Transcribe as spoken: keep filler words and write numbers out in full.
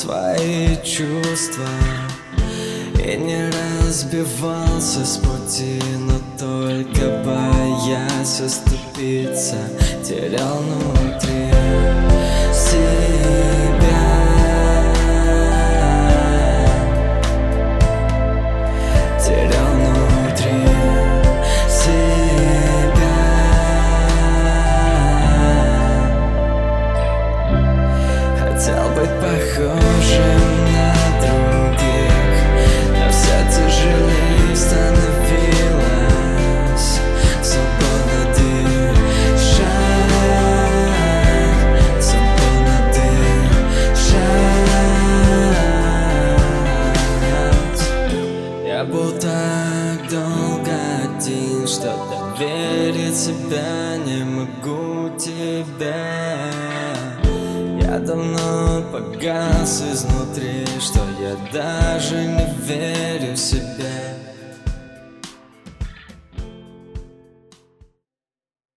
свои чувства и не разбивался с пути, но только боясь оступиться, терял внутри себя. Терял внутри себя. Хотел быть похожим на других, но все тяжелее становилось свободно дышать, свободно дышать. Я был так долго один, что доверить себя не могу тебе. Я давно погас изнутри, что я даже не верю в себя.